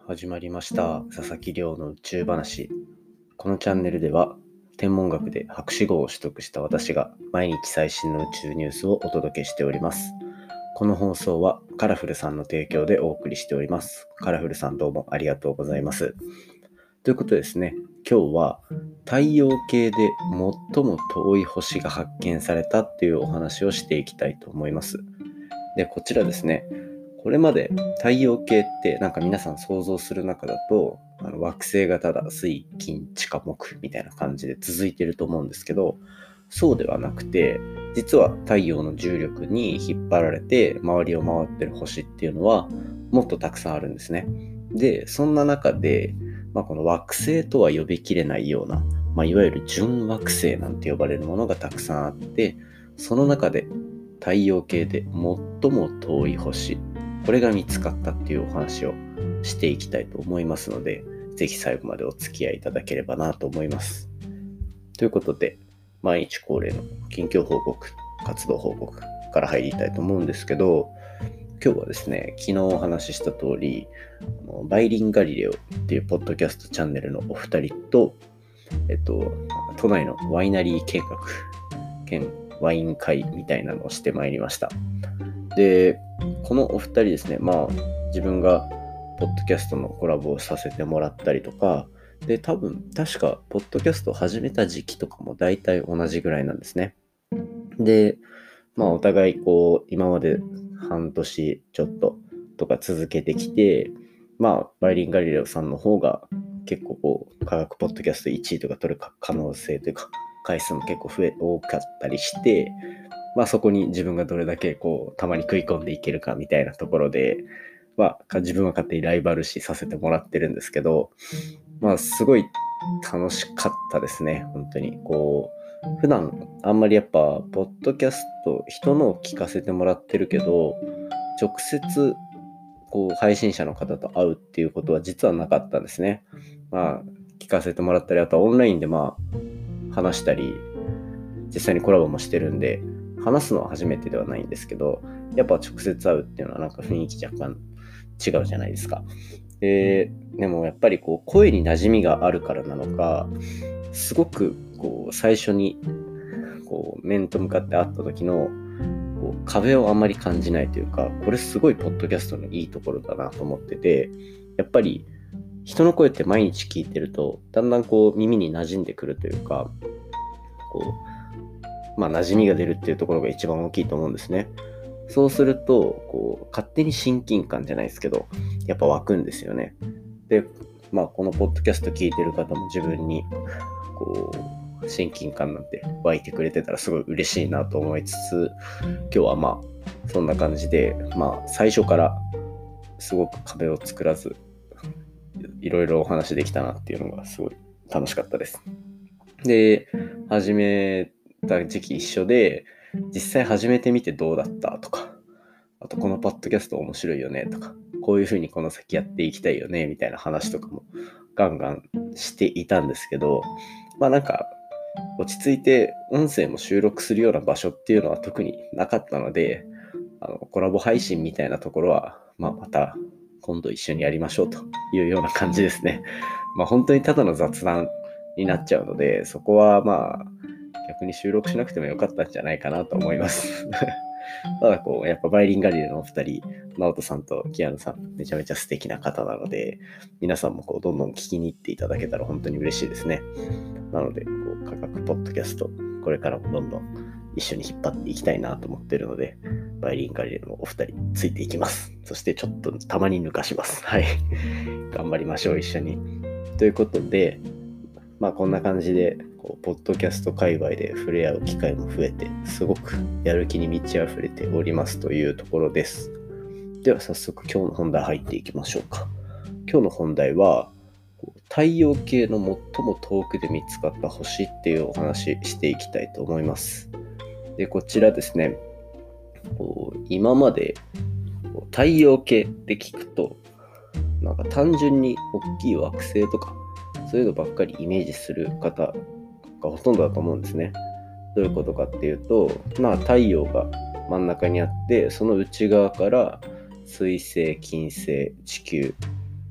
始まりました佐々木亮の宇宙話。このチャンネルでは天文学で博士号を取得した私が毎日最新の宇宙ニュースをお届けしております。この放送はカラフルさんの提供でお送りしております。カラフルさんどうもありがとうございます。ということでですね、今日は太陽系で最も遠い星が発見されたっていうお話をしていきたいと思います。で、こちらですね、これまで太陽系ってなんか皆さん想像する中だと惑星がただ水金地下木みたいな感じで続いてると思うんですけど、そうではなくて、実は太陽の重力に引っ張られて周りを回ってる星っていうのはもっとたくさんあるんですね。で、そんな中で、この惑星とは呼びきれないような、いわゆる準惑星なんて呼ばれるものがたくさんあって、その中で太陽系で最も遠い星、これが見つかったっていうお話をしていきたいと思いますので、ぜひ最後までお付き合いいただければなと思います。ということで、毎日恒例の近況報告、活動報告から入りたいと思うんですけど、今日はですね、昨日お話しした通り、バイリンガリレオっていうポッドキャストチャンネルのお二人と、都内のワイナリー見学兼ワイン会みたいなのをしてまいりました。で、このお二人ですね、自分がポッドキャストのコラボをさせてもらったりとか、で、確かポッドキャストを始めた時期とかも大体同じぐらいなんですね。で、お互い今まで半年ちょっととか続けてきて、バイリンガリレオさんの方が結構科学ポッドキャスト1位とか取る可能性というか回数も結構多かったりして、そこに自分がどれだけたまに食い込んでいけるかみたいなところで、自分は勝手にライバル視させてもらってるんですけど、すごい楽しかったですね。本当に普段あんまりやっぱポッドキャスト人のを聞かせてもらってるけど、直接配信者の方と会うっていうことは実はなかったんですね。聞かせてもらったり、あとはオンラインで話したり、実際にコラボもしてるんで、話すのは初めてではないんですけど、やっぱ直接会うっていうのはなんか雰囲気若干違うじゃないですか。でもやっぱり声に馴染みがあるからなのか、すごく最初に面と向かって会った時の壁をあんまり感じないというか、これすごいポッドキャストのいいところだなと思ってて、やっぱり人の声って毎日聞いてるとだんだん耳に馴染んでくるというか、馴染みが出るっていうところが一番大きいと思うんですね。そうすると勝手に親近感じゃないですけど、やっぱ湧くんですよね。で、このポッドキャスト聞いてる方も自分に親近感なんて湧いてくれてたらすごい嬉しいなと思いつつ、今日はそんな感じで、最初からすごく壁を作らずいろいろお話できたなっていうのがすごい楽しかったです。で、始めた時期一緒で、実際始めてみてどうだったとか、あとこのポッドキャスト面白いよねとか、こういう風にこの先やっていきたいよねみたいな話とかもガンガンしていたんですけど、なんか落ち着いて音声も収録するような場所っていうのは特になかったので、コラボ配信みたいなところは、また今度一緒にやりましょうというような感じですね。本当にただの雑談になっちゃうので、そこは逆に収録しなくてもよかったんじゃないかなと思います。ただやっぱバイリンガリレのお二人、ナオトさんとキアヌさん、めちゃめちゃ素敵な方なので、皆さんもどんどん聞きに行っていただけたら本当に嬉しいですね。なので、科学ポッドキャスト、これからもどんどん一緒に引っ張っていきたいなと思ってるので、バイリンガリレのお二人、ついていきます。そしてちょっとたまに抜かします。はい。頑張りましょう、一緒に。ということで、こんな感じで、ポッドキャスト界隈で触れ合う機会も増えて、すごくやる気に満ち溢れておりますというところです。では早速今日の本題入っていきましょうか。今日の本題は、太陽系の最も遠くで見つかった星っていうお話していきたいと思います。で、こちらですね、今まで太陽系って聞くと、なんか単純に大きい惑星とか、そういうのばっかりイメージする方がほとんどだと思うんですね。どういうことかっていうと、太陽が真ん中にあって、その内側から水星、金星、地球、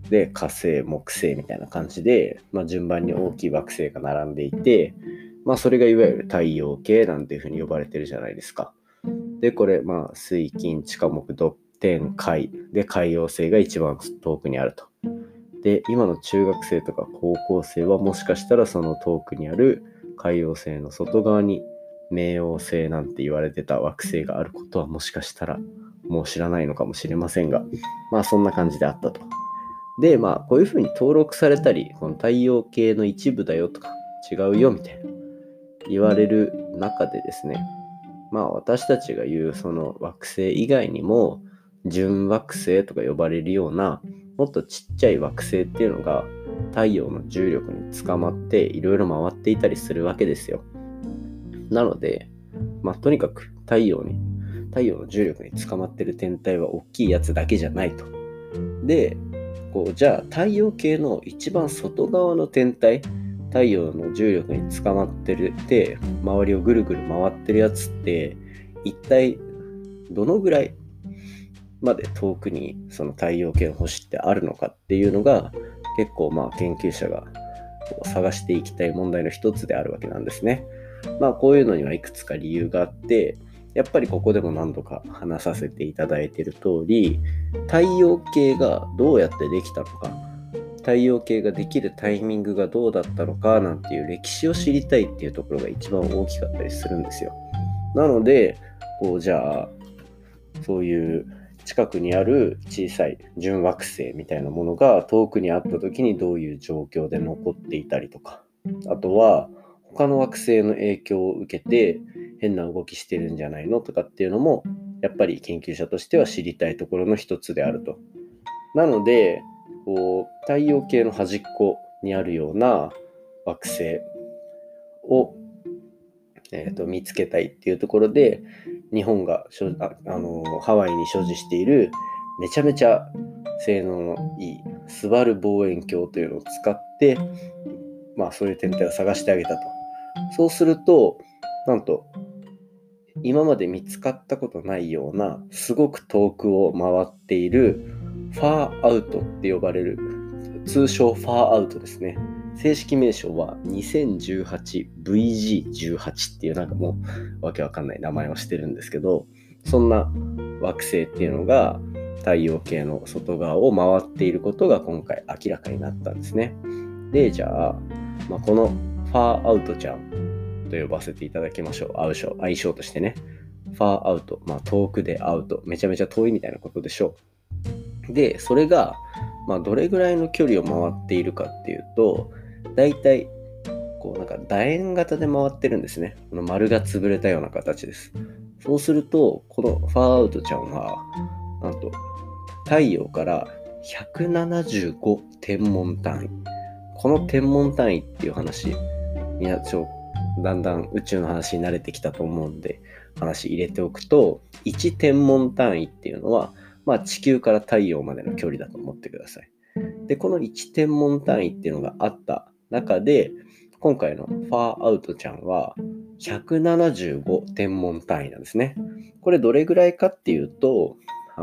で火星、木星みたいな感じで、順番に大きい惑星が並んでいて、それがいわゆる太陽系なんていうふうに呼ばれてるじゃないですか。でこれ水金地火木土天海で、海王星が一番遠くにあると。で今の中学生とか高校生はもしかしたらその遠くにある海王星の外側に冥王星なんて言われてた惑星があることはもしかしたらもう知らないのかもしれませんが、そんな感じであったと。でこういうふうに登録されたり、この太陽系の一部だよとか違うよみたいな言われる中でですね、私たちが言うその惑星以外にも準惑星とか呼ばれるようなもっとちっちゃい惑星っていうのが太陽の重力に捕まっていろいろ回っていたりするわけですよ。なので、とにかく太陽の重力に捕まってる天体は大きいやつだけじゃないと。で、じゃあ太陽系の一番外側の天体、太陽の重力に捕まってるで周りをぐるぐる回ってるやつって一体どのぐらいまで遠くにその太陽系の星ってあるのかっていうのが結構研究者が探していきたい問題の一つであるわけなんですね。こういうのにはいくつか理由があって、やっぱりここでも何度か話させていただいている通り、太陽系がどうやってできたのか、太陽系ができるタイミングがどうだったのかなんていう歴史を知りたいっていうところが一番大きかったりするんですよ。なのでじゃあそういう近くにある小さい準惑星みたいなものが遠くにあった時にどういう状況で残っていたりとか、あとは他の惑星の影響を受けて変な動きしてるんじゃないのとかっていうのもやっぱり研究者としては知りたいところの一つであると。なので太陽系の端っこにあるような惑星を、見つけたいっていうところで、日本がハワイに所持しているめちゃめちゃ性能のいいスバル望遠鏡というのを使ってそういう天体を探してあげたと。そうするとなんと今まで見つかったことないようなすごく遠くを回っているファーアウトって呼ばれる、通称ファーアウトですね。正式名称は 2018VG18 っていうもうわけわかんない名前をしてるんですけど、そんな惑星っていうのが太陽系の外側を回っていることが今回明らかになったんですね。で、じゃあ、このファーアウトちゃんと呼ばせていただきましょう。愛称としてね。ファーアウト、遠くでアウト、めちゃめちゃ遠いみたいなことでしょう。で、それがどれぐらいの距離を回っているかっていうと、だいたい楕円型で回ってるんですね。この丸が潰れたような形です。そうするとこのファーアウトちゃんはなんと太陽から175天文単位。この天文単位っていう話、だんだん宇宙の話に慣れてきたと思うんで話入れておくと、1天文単位っていうのは地球から太陽までの距離だと思ってください。で、この1天文単位っていうのがあった中で、今回のファーアウトちゃんは175天文単位なんですね。これどれぐらいかっていうと、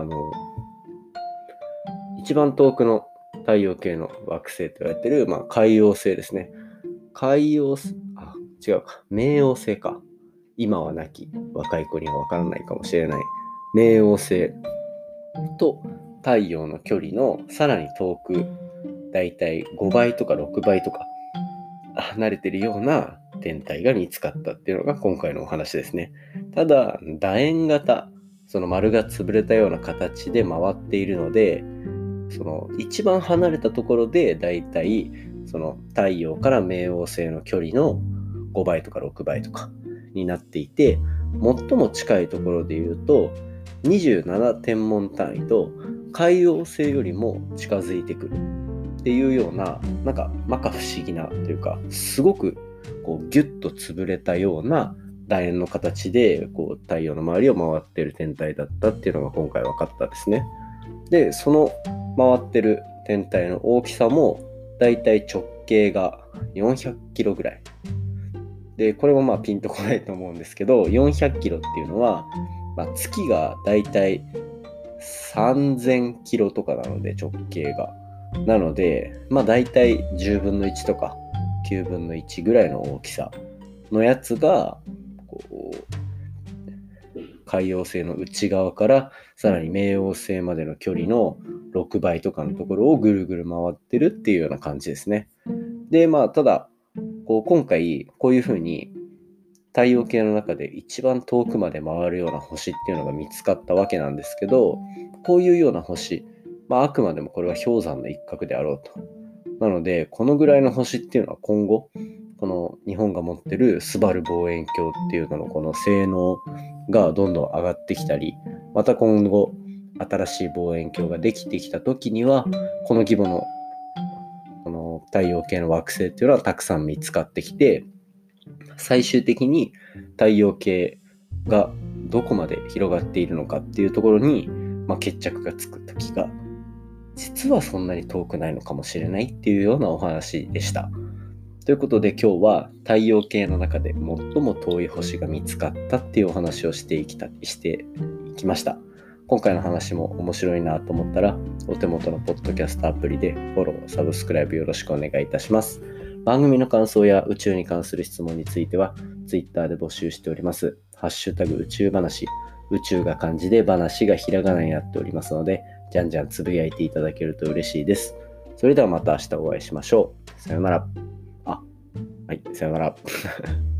一番遠くの太陽系の惑星と言われている、海王星ですね。冥王星か。今は亡き若い子には分からないかもしれない。冥王星と太陽の距離のさらに遠く、だいたい5倍とか6倍とか離れているような天体が見つかったっていうのが今回のお話ですね。ただ楕円型、その丸が潰れたような形で回っているので、その一番離れたところでだいたいその太陽から冥王星の距離の5倍とか6倍とかになっていて、最も近いところで言うと27天文単位と海王星よりも近づいてくるっていうような、摩訶不思議なというか、すごくギュッと潰れたような楕円の形で太陽の周りを回っている天体だったっていうのが今回分かったですね。で、その回ってる天体の大きさもだいたい直径が400キロぐらいで、これもピンとこないと思うんですけど、400キロっていうのは、月がだいたい3000キロとかなので、直径がなので、だいたい10分の1とか9分の1ぐらいの大きさのやつが海王星の内側からさらに冥王星までの距離の6倍とかのところをぐるぐる回ってるっていうような感じですね。で、ただ今回こういうふうに太陽系の中で一番遠くまで回るような星っていうのが見つかったわけなんですけど、こういうような星、あくまでもこれは氷山の一角であろうと。なのでこのぐらいの星っていうのは今後この日本が持ってるスバル望遠鏡っていうののこの性能がどんどん上がってきたり、また今後新しい望遠鏡ができてきた時にはこの規模のこの太陽系の惑星っていうのはたくさん見つかってきて、最終的に太陽系がどこまで広がっているのかっていうところに、決着がつく時が実はそんなに遠くないのかもしれないっていうようなお話でした。ということで今日は太陽系の中で最も遠い星が見つかったっていうお話をしていきました。今回の話も面白いなと思ったらお手元のポッドキャストアプリでフォロー、サブスクライブよろしくお願いいたします。番組の感想や宇宙に関する質問については Twitter で募集しております。ハッシュタグ宇宙話、宇宙が漢字で話がひらがなになっておりますので、じゃんじゃんつぶやいていただけると嬉しいです。それではまた明日お会いしましょう。さよなら。はい、さよなら。